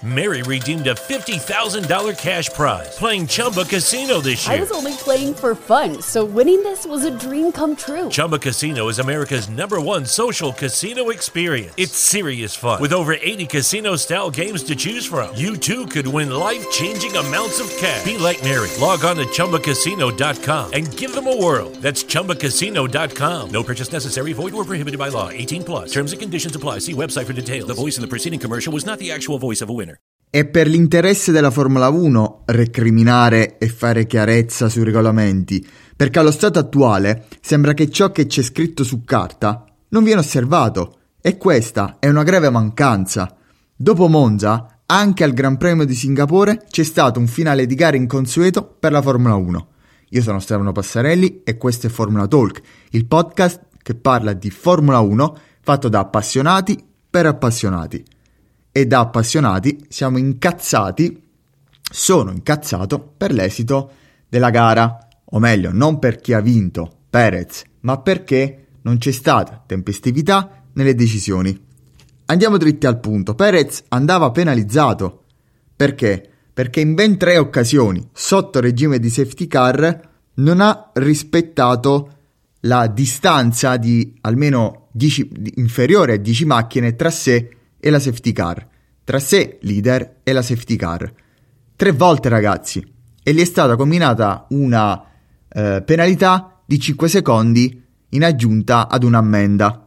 Mary redeemed a $50,000 cash prize playing Chumba Casino this year. I was only playing for fun, so winning this was a dream come true. Chumba Casino is America's #1 social casino experience. It's serious fun. With over 80 casino-style games to choose from, you too could win life-changing amounts of cash. Be like Mary. Log on to ChumbaCasino.com and give them a whirl. That's ChumbaCasino.com. No purchase necessary. Void where prohibited by law. 18+. Terms and conditions apply. See website for details. The voice in the preceding commercial was not the actual voice of a winner. È per l'interesse della Formula 1 recriminare e fare chiarezza sui regolamenti, perché allo stato attuale sembra che ciò che c'è scritto su carta non viene osservato, e questa è una grave mancanza. Dopo Monza, anche al Gran Premio di Singapore c'è stato un finale di gara inconsueto per la Formula 1. Io sono Stefano Passarelli e questo è Formula Talk, il podcast che parla di Formula 1 fatto da appassionati per appassionati. E da appassionati sono incazzato per l'esito della gara, o meglio, non per chi ha vinto, Perez, ma perché non c'è stata tempestività nelle decisioni. Andiamo dritti al punto. Perez andava penalizzato. Perché? Perché in ben 3 occasioni, sotto regime di safety car, non ha rispettato la distanza di almeno 10, inferiore a 10 macchine tra sé e la safety car, tra sé, leader, e la safety car. 3 volte, ragazzi, e gli è stata combinata una penalità di 5 secondi in aggiunta ad un'ammenda.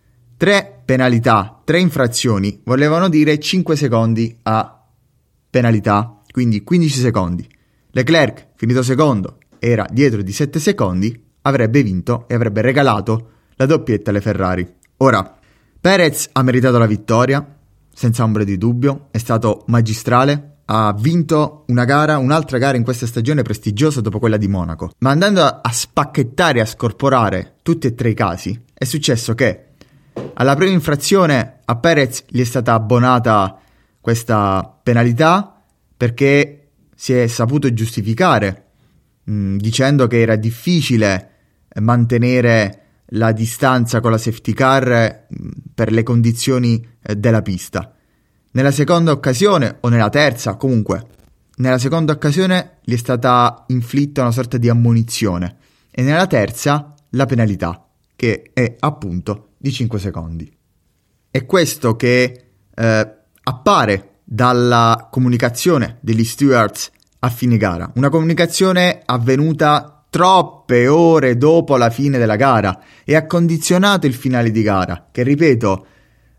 3 penalità, 3 infrazioni volevano dire 5 secondi a penalità, quindi 15 secondi. Leclerc, finito secondo, era dietro di 7 secondi, avrebbe vinto e avrebbe regalato la doppietta alle Ferrari. Ora, Perez ha meritato la vittoria, senza ombra di dubbio, è stato magistrale, ha vinto un'altra gara in questa stagione prestigiosa dopo quella di Monaco. Ma andando a spacchettare e a scorporare tutti e 3 i casi, è successo che alla prima infrazione a Perez gli è stata abbonata questa penalità perché si è saputo giustificare dicendo che era difficile mantenere la distanza con la safety car per le condizioni della pista. Nella seconda occasione, o nella terza, comunque, nella seconda occasione gli è stata inflitta una sorta di ammonizione e nella terza la penalità, che è appunto di 5 secondi. È questo che appare dalla comunicazione degli stewards a fine gara, una comunicazione avvenuta troppe ore dopo la fine della gara e ha condizionato il finale di gara, che ripeto,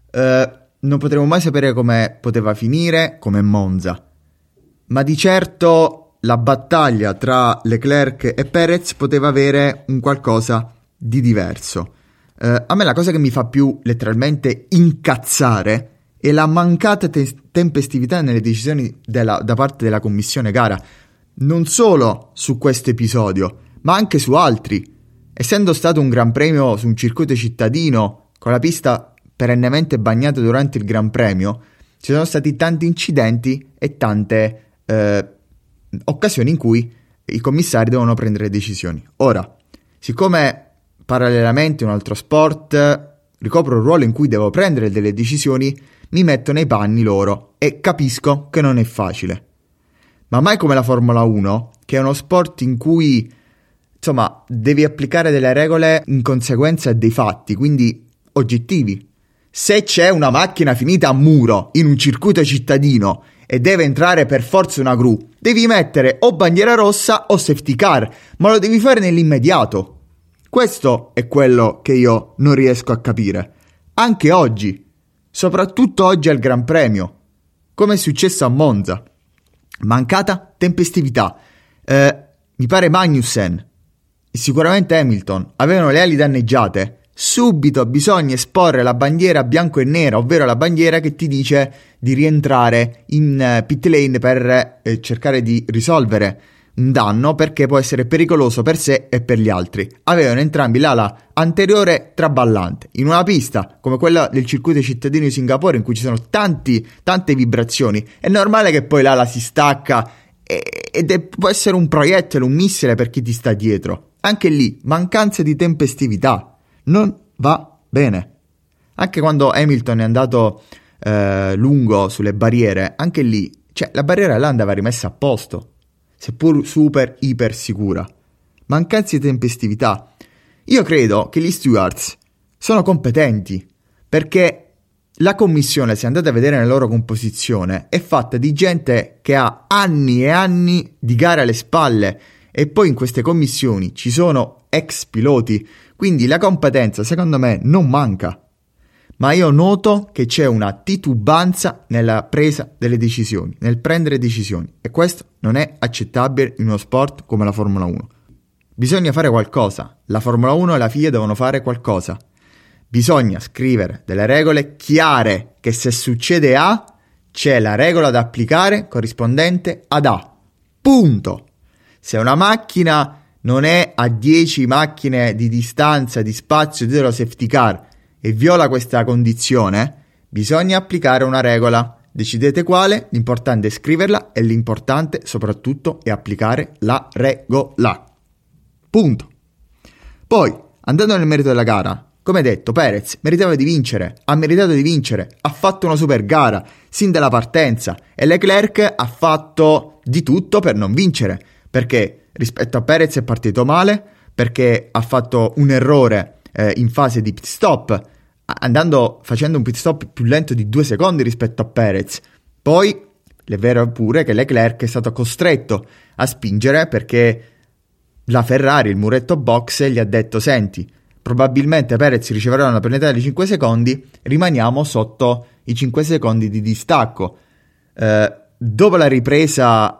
non potremo mai sapere come poteva finire, come Monza, ma di certo la battaglia tra Leclerc e Perez poteva avere un qualcosa di diverso. A me la cosa che mi fa più letteralmente incazzare è la mancata tempestività nelle decisioni da parte della commissione gara, non solo su questo episodio, ma anche su altri. Essendo stato un gran premio su un circuito cittadino, con la pista perennemente bagnata durante il Gran Premio, ci sono stati tanti incidenti e tante occasioni in cui i commissari devono prendere decisioni. Ora, siccome parallelamente un altro sport ricopro un ruolo in cui devo prendere delle decisioni, mi metto nei panni loro e capisco che non è facile. Ma mai come la Formula 1, che è uno sport in cui, insomma, devi applicare delle regole in conseguenza dei fatti, quindi oggettivi. Se c'è una macchina finita a muro in un circuito cittadino e deve entrare per forza una gru, devi mettere o bandiera rossa o safety car, ma lo devi fare nell'immediato. Questo è quello che io non riesco a capire. Anche oggi, soprattutto oggi al Gran Premio, come è successo a Monza. Mancata tempestività. Mi pare Magnussen e sicuramente Hamilton avevano le ali danneggiate. Subito bisogna esporre la bandiera bianco e nera, ovvero la bandiera che ti dice di rientrare in pit lane per cercare di risolvere un danno, perché può essere pericoloso per sé e per gli altri. Avevano entrambi l'ala anteriore traballante in una pista come quella del circuito cittadino di Singapore, in cui ci sono tante vibrazioni. È normale che poi l'ala si stacca ed può essere un proiettile, un missile per chi ti sta dietro. Anche lì mancanza di tempestività, non va bene. Anche quando Hamilton è andato lungo sulle barriere, anche lì, cioè la barriera là andava rimessa a posto, seppur super iper sicura. Mancanza di tempestività. Io credo che gli stewards sono competenti, perché la commissione, se andate a vedere nella loro composizione, è fatta di gente che ha anni e anni di gare alle spalle, e poi in queste commissioni ci sono ex piloti, quindi la competenza secondo me non manca. Ma io noto che c'è una titubanza nella presa delle decisioni, nel prendere decisioni, e questo non è accettabile in uno sport come la Formula 1. Bisogna fare qualcosa, la Formula 1 e la FIA devono fare qualcosa. Bisogna scrivere delle regole chiare, che se succede A, c'è la regola da applicare corrispondente ad A. Punto. Se una macchina non è a 10 macchine di distanza, di spazio dietro la safety car e viola questa condizione, bisogna applicare una regola. Decidete quale, l'importante è scriverla e l'importante soprattutto è applicare la regola. Punto. Poi, andando nel merito della gara, come detto, Perez meritava di vincere, ha meritato di vincere, ha fatto una super gara sin dalla partenza, e Leclerc ha fatto di tutto per non vincere, perché rispetto a Perez è partito male, perché ha fatto un errore in fase di pit stop, facendo un pit stop più lento di 2 secondi rispetto a Perez. Poi è vero pure che Leclerc è stato costretto a spingere, perché la Ferrari, il muretto box, gli ha detto: senti, probabilmente Perez riceverà una penalità di 5 secondi, rimaniamo sotto i 5 secondi di distacco. Dopo la ripresa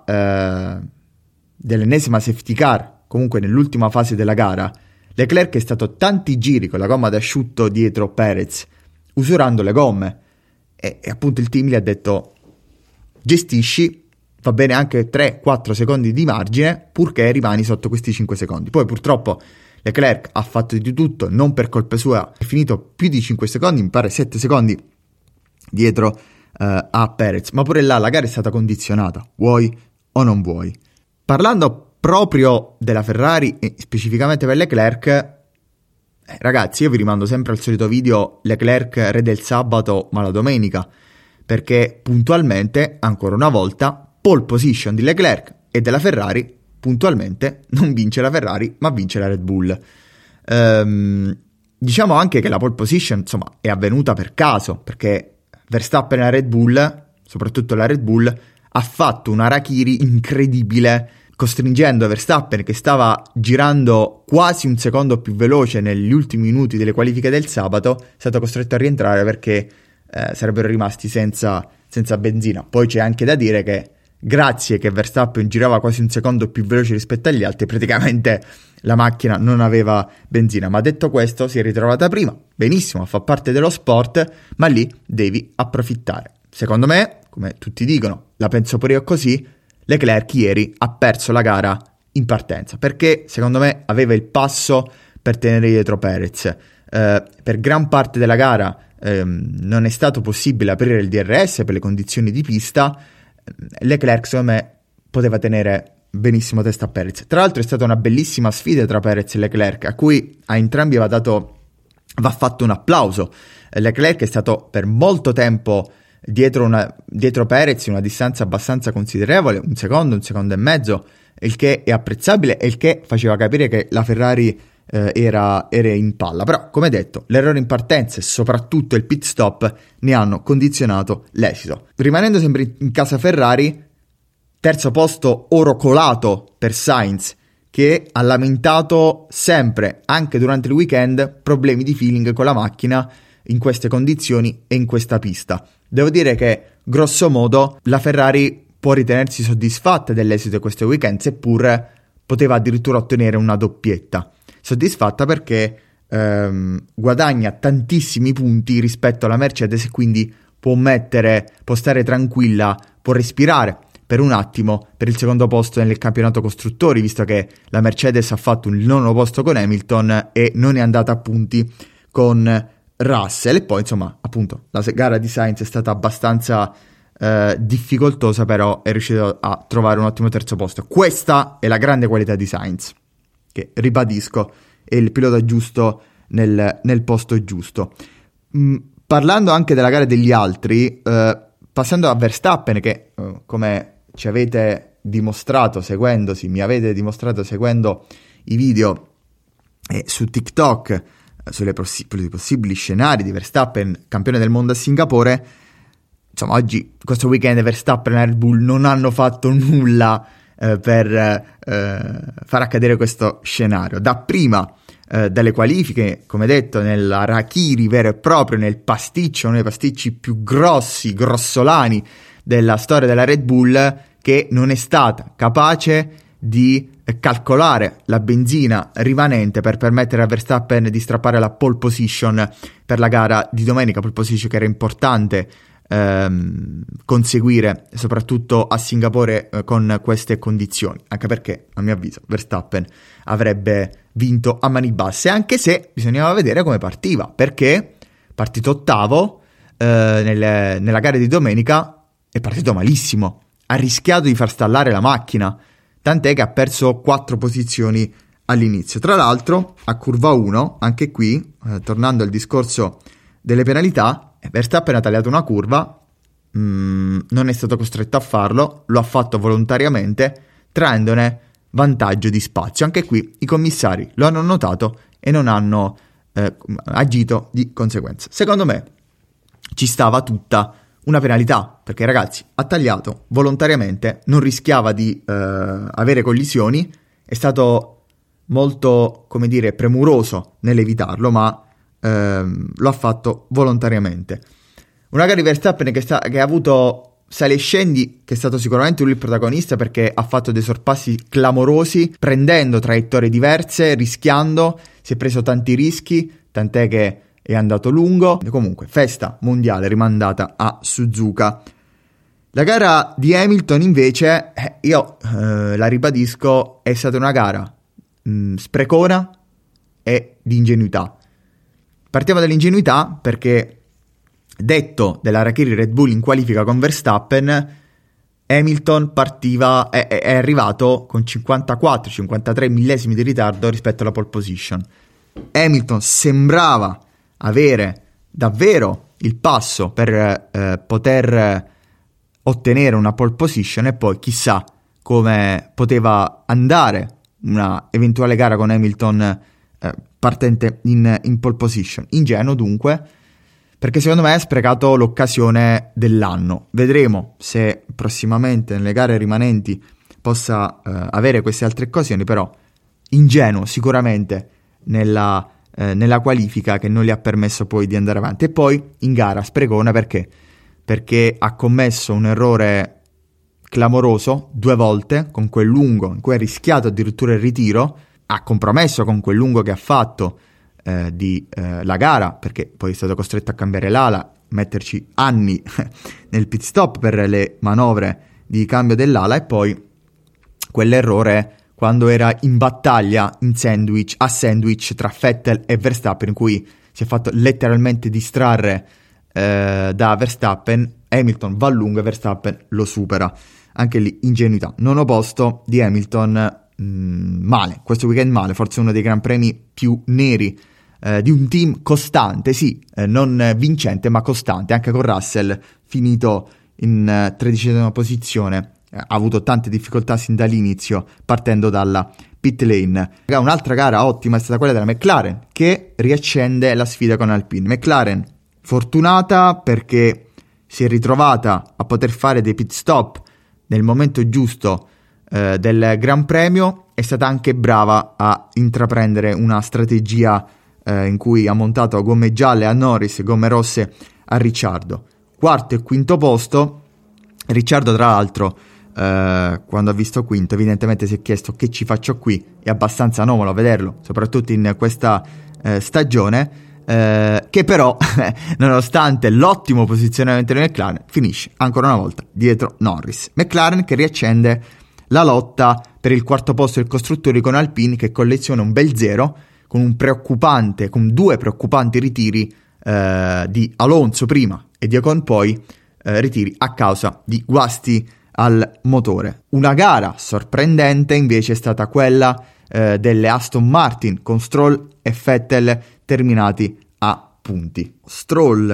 dell'ennesima safety car, comunque nell'ultima fase della gara, Leclerc è stato tanti giri con la gomma d'asciutto dietro Perez, usurando le gomme, e appunto il team gli ha detto: gestisci, va bene anche 3-4 secondi di margine, purché rimani sotto questi 5 secondi. Poi purtroppo Leclerc ha fatto di tutto, non per colpa sua, è finito più di 5 secondi, mi pare 7 secondi dietro a Perez, ma pure là la gara è stata condizionata, vuoi o non vuoi. Parlando proprio della Ferrari e specificamente per Leclerc, ragazzi, io vi rimando sempre al solito video Leclerc re del sabato ma la domenica, perché puntualmente, ancora una volta, pole position di Leclerc e della Ferrari, puntualmente non vince la Ferrari ma vince la Red Bull. Diciamo anche che la pole position, insomma, è avvenuta per caso, perché Verstappen e la Red Bull, soprattutto la Red Bull, ha fatto un harakiri incredibile, costringendo Verstappen, che stava girando quasi un secondo più veloce negli ultimi minuti delle qualifiche del sabato, è stato costretto a rientrare perché sarebbero rimasti senza benzina. Poi c'è anche da dire che grazie che Verstappen girava quasi un secondo più veloce rispetto agli altri, praticamente la macchina non aveva benzina. Ma detto questo, si è ritrovata prima, benissimo, fa parte dello sport, ma lì devi approfittare. Secondo me, come tutti dicono, la penso pure io così, Leclerc ieri ha perso la gara in partenza, perché secondo me aveva il passo per tenere dietro Perez. Per gran parte della gara non è stato possibile aprire il DRS per le condizioni di pista. Leclerc secondo me poteva tenere benissimo testa a Perez. Tra l'altro è stata una bellissima sfida tra Perez e Leclerc, a cui a entrambi va fatto un applauso. Leclerc è stato per molto tempo dietro Perez in una distanza abbastanza considerevole, un secondo e mezzo, il che è apprezzabile e il che faceva capire che la Ferrari era in palla. Però, come detto, l'errore in partenza e soprattutto il pit stop ne hanno condizionato l'esito. Rimanendo sempre in casa Ferrari, terzo posto oro colato per Sainz, che ha lamentato sempre, anche durante il weekend, problemi di feeling con la macchina in queste condizioni e in questa pista. Devo dire che, grosso modo, la Ferrari può ritenersi soddisfatta dell'esito di questo weekend, seppur poteva addirittura ottenere una doppietta. Soddisfatta perché guadagna tantissimi punti rispetto alla Mercedes e quindi può stare tranquilla, può respirare per un attimo per il secondo posto nel campionato costruttori, visto che la Mercedes ha fatto il nono posto con Hamilton e non è andata a punti con Russell. E poi insomma, appunto, la gara di Sainz è stata abbastanza difficoltosa, però è riuscito a trovare un ottimo terzo posto. Questa è la grande qualità di Sainz, che, ribadisco, è il pilota giusto nel posto giusto. Parlando anche della gara degli altri, passando a Verstappen che come ci avete dimostrato mi avete dimostrato seguendo i video su TikTok sui possibili scenari di Verstappen campione del mondo a Singapore, insomma oggi, questo weekend, Verstappen e Red Bull non hanno fatto nulla per far accadere questo scenario. Dapprima dalle qualifiche, come detto, nell'harakiri vero e proprio, nel pasticcio, uno dei pasticci più grossolani della storia della Red Bull, che non è stata capace di calcolare la benzina rimanente per permettere a Verstappen di strappare la pole position per la gara di domenica, pole position che era importante conseguire soprattutto a Singapore con queste condizioni, anche perché a mio avviso Verstappen avrebbe vinto a mani basse, anche se bisognava vedere come partiva, perché partito ottavo nella gara di domenica è partito malissimo, ha rischiato di far stallare la macchina, tant'è che ha perso 4 posizioni all'inizio. Tra l'altro a curva 1, anche qui tornando al discorso delle penalità, Verstappen ha tagliato una curva, non è stato costretto a farlo, lo ha fatto volontariamente, traendone vantaggio di spazio. Anche qui i commissari lo hanno notato e non hanno agito di conseguenza. Secondo me ci stava tutta una penalità, perché ragazzi, ha tagliato volontariamente, non rischiava di avere collisioni, è stato molto, come dire, premuroso nell'evitarlo, ma lo ha fatto volontariamente. Una gara di Verstappen che ha avuto sali e scendi, che è stato sicuramente lui il protagonista, perché ha fatto dei sorpassi clamorosi, prendendo traiettorie diverse, rischiando, si è preso tanti rischi, tant'è che è andato lungo. Comunque, festa mondiale rimandata a Suzuka. La gara di Hamilton invece, io la ribadisco, è stata una gara sprecona e di ingenuità. Partiamo dall'ingenuità perché, detto dell'harakiri Red Bull in qualifica con Verstappen, Hamilton è arrivato con 54-53 millesimi di ritardo rispetto alla pole position. Hamilton sembrava avere davvero il passo per poter ottenere una pole position, e poi chissà come poteva andare una eventuale gara con Hamilton partente in pole position. Ingenuo dunque, perché secondo me ha sprecato l'occasione dell'anno. Vedremo se prossimamente nelle gare rimanenti possa avere queste altre occasioni, però ingenuo sicuramente nella qualifica, che non gli ha permesso poi di andare avanti. E poi in gara sprecona perché ha commesso un errore clamoroso 2 volte, con quel lungo in cui ha rischiato addirittura il ritiro, ha compromesso con quel lungo che ha fatto la gara, perché poi è stato costretto a cambiare l'ala, metterci anni nel pit stop per le manovre di cambio dell'ala, e poi quell'errore quando era in battaglia a sandwich tra Vettel e Verstappen, in cui si è fatto letteralmente distrarre da Verstappen. Hamilton va lungo e Verstappen lo supera. Anche lì ingenuità. Nono posto di Hamilton, male, questo weekend male, forse uno dei gran premi più neri di un team costante, sì, non vincente ma costante, anche con Russell finito in 13ª posizione. Ha avuto tante difficoltà sin dall'inizio, partendo dalla pit lane. Un'altra gara ottima è stata quella della McLaren, che riaccende la sfida con Alpine. McLaren fortunata perché si è ritrovata a poter fare dei pit stop nel momento giusto del Gran Premio. È stata anche brava a intraprendere una strategia in cui ha montato gomme gialle a Norris e gomme rosse a Ricciardo. Quarto e quinto posto. Ricciardo, tra l'altro, quando ha visto quinto, evidentemente si è chiesto: che ci faccio qui? È abbastanza anomalo vederlo, soprattutto in questa stagione, che però nonostante l'ottimo posizionamento di McLaren finisce ancora una volta dietro Norris. McLaren che riaccende la lotta per il quarto posto del costruttori con Alpine, che colleziona un bel zero con due preoccupanti ritiri di Alonso prima e di Ocon poi, ritiri a causa di guasti al motore. Una gara sorprendente invece è stata quella delle Aston Martin, con Stroll e Vettel terminati a punti. Stroll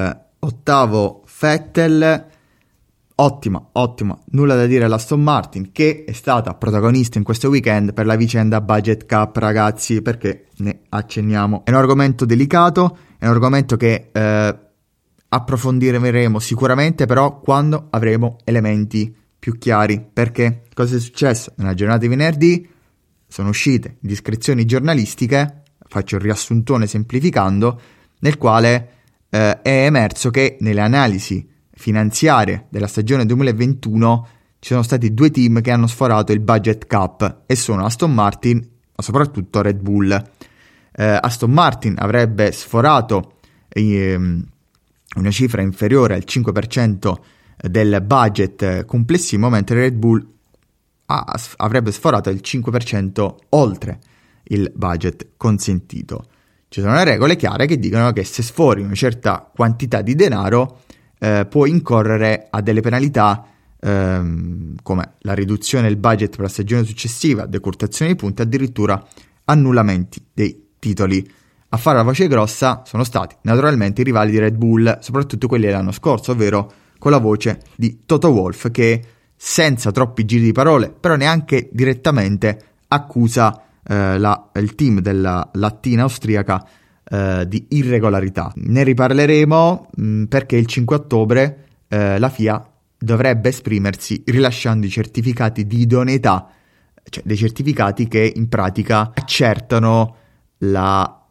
ottavo Vettel. Ottima, nulla da dire all'Aston Martin, che è stata protagonista in questo weekend per la vicenda Budget Cup, ragazzi, perché ne accenniamo. È un argomento delicato, è un argomento che approfondiremo sicuramente, però quando avremo elementi più chiari. Perché cosa è successo? Nella giornata di venerdì sono uscite indiscrezioni giornalistiche, faccio il riassuntone semplificando, nel quale è emerso che nelle analisi finanziarie della stagione 2021 ci sono stati 2 team che hanno sforato il budget cap e sono Aston Martin, ma soprattutto Red Bull. Aston Martin avrebbe sforato una cifra inferiore al 5% del budget complessivo, mentre Red Bull avrebbe sforato il 5% oltre il budget consentito. Ci sono le regole chiare che dicono che se sfori una certa quantità di denaro può incorrere a delle penalità come la riduzione del budget per la stagione successiva, decurtazione di punti, addirittura annullamenti dei titoli. A fare la voce grossa sono stati naturalmente i rivali di Red Bull, soprattutto quelli dell'anno scorso, ovvero con la voce di Toto Wolff, che senza troppi giri di parole, però neanche direttamente, accusa il team della lattina austriaca di irregolarità. Ne riparleremo perché il 5 ottobre la FIA dovrebbe esprimersi rilasciando i certificati di idoneità, cioè dei certificati che in pratica accertano la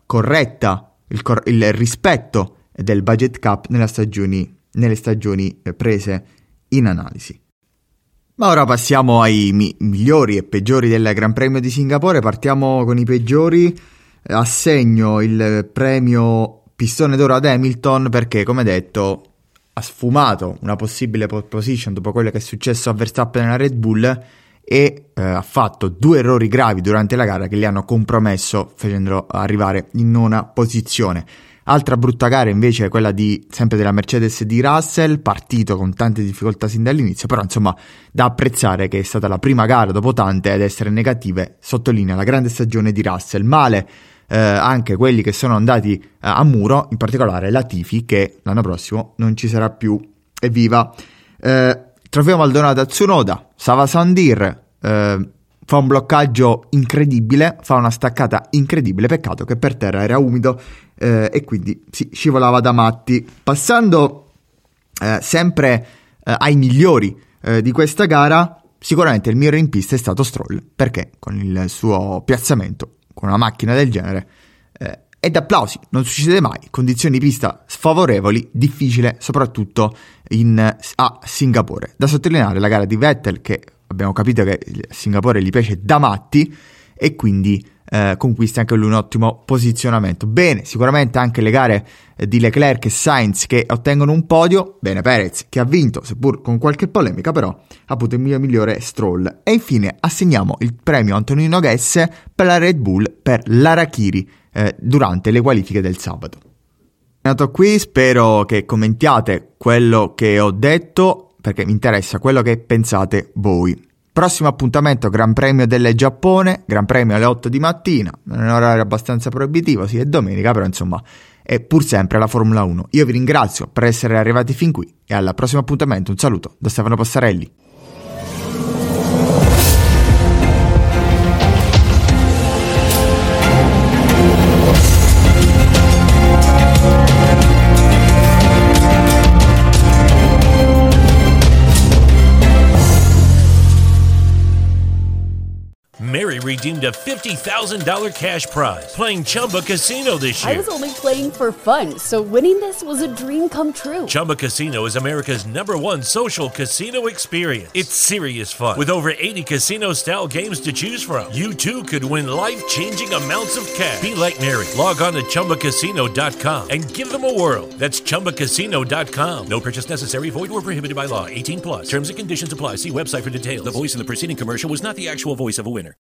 il rispetto del budget cap nelle stagioni prese in analisi. Ma ora passiamo ai migliori e peggiori del Gran Premio di Singapore. Partiamo con i peggiori. Assegno il premio Pistone d'Oro ad Hamilton perché, come detto, ha sfumato una possibile pole position dopo quello che è successo a Verstappen nella Red Bull e ha fatto 2 errori gravi durante la gara che gli hanno compromesso, facendolo arrivare in 9ª posizione. Altra brutta gara invece è quella sempre della Mercedes di Russell, partito con tante difficoltà sin dall'inizio, però insomma da apprezzare che è stata la prima gara dopo tante ad essere negative. Sottolinea la grande stagione di Russell. Male anche quelli che sono andati a muro, in particolare Latifi, che l'anno prossimo non ci sarà più. Evviva! Trofeo Maldonado a Tsunoda. Sava Sandir fa un bloccaggio incredibile, fa una staccata incredibile, peccato che per terra era umido e quindi si scivolava da matti. Passando sempre ai migliori di questa gara, sicuramente il migliore in pista è stato Stroll, perché con il suo piazzamento con una macchina del genere ed applausi, non succede mai, condizioni di pista sfavorevoli, difficile soprattutto a Singapore. Da sottolineare la gara di Vettel, che abbiamo capito che a Singapore gli piace da matti e quindi conquista anche lui un ottimo posizionamento. Bene, sicuramente anche le gare di Leclerc e Sainz che ottengono un podio. Bene Perez che ha vinto, seppur con qualche polemica, però ha avuto il migliore Stroll. E infine assegniamo il premio Antonino Gesse per la Red Bull per l'Harakiri durante le qualifiche del sabato. Terminato qui, spero che commentiate quello che ho detto perché mi interessa quello che pensate voi. Prossimo appuntamento Gran Premio del Giappone, Gran Premio alle 8 di mattina, non è un orario abbastanza proibitivo, sì è domenica, però insomma è pur sempre la Formula 1. Io vi ringrazio per essere arrivati fin qui e al prossimo appuntamento un saluto da Stefano Passarelli. Mary redeemed a $50,000 cash prize playing Chumba Casino this year. I was only playing for fun, so winning this was a dream come true. Chumba Casino is America's #1 social casino experience. It's serious fun. With over 80 casino-style games to choose from, you too could win life-changing amounts of cash. Be like Mary. Log on to ChumbaCasino.com and give them a whirl. That's ChumbaCasino.com. No purchase necessary. Void where prohibited by law. 18+. Terms and conditions apply. See website for details. The voice in the preceding commercial was not the actual voice of a winner.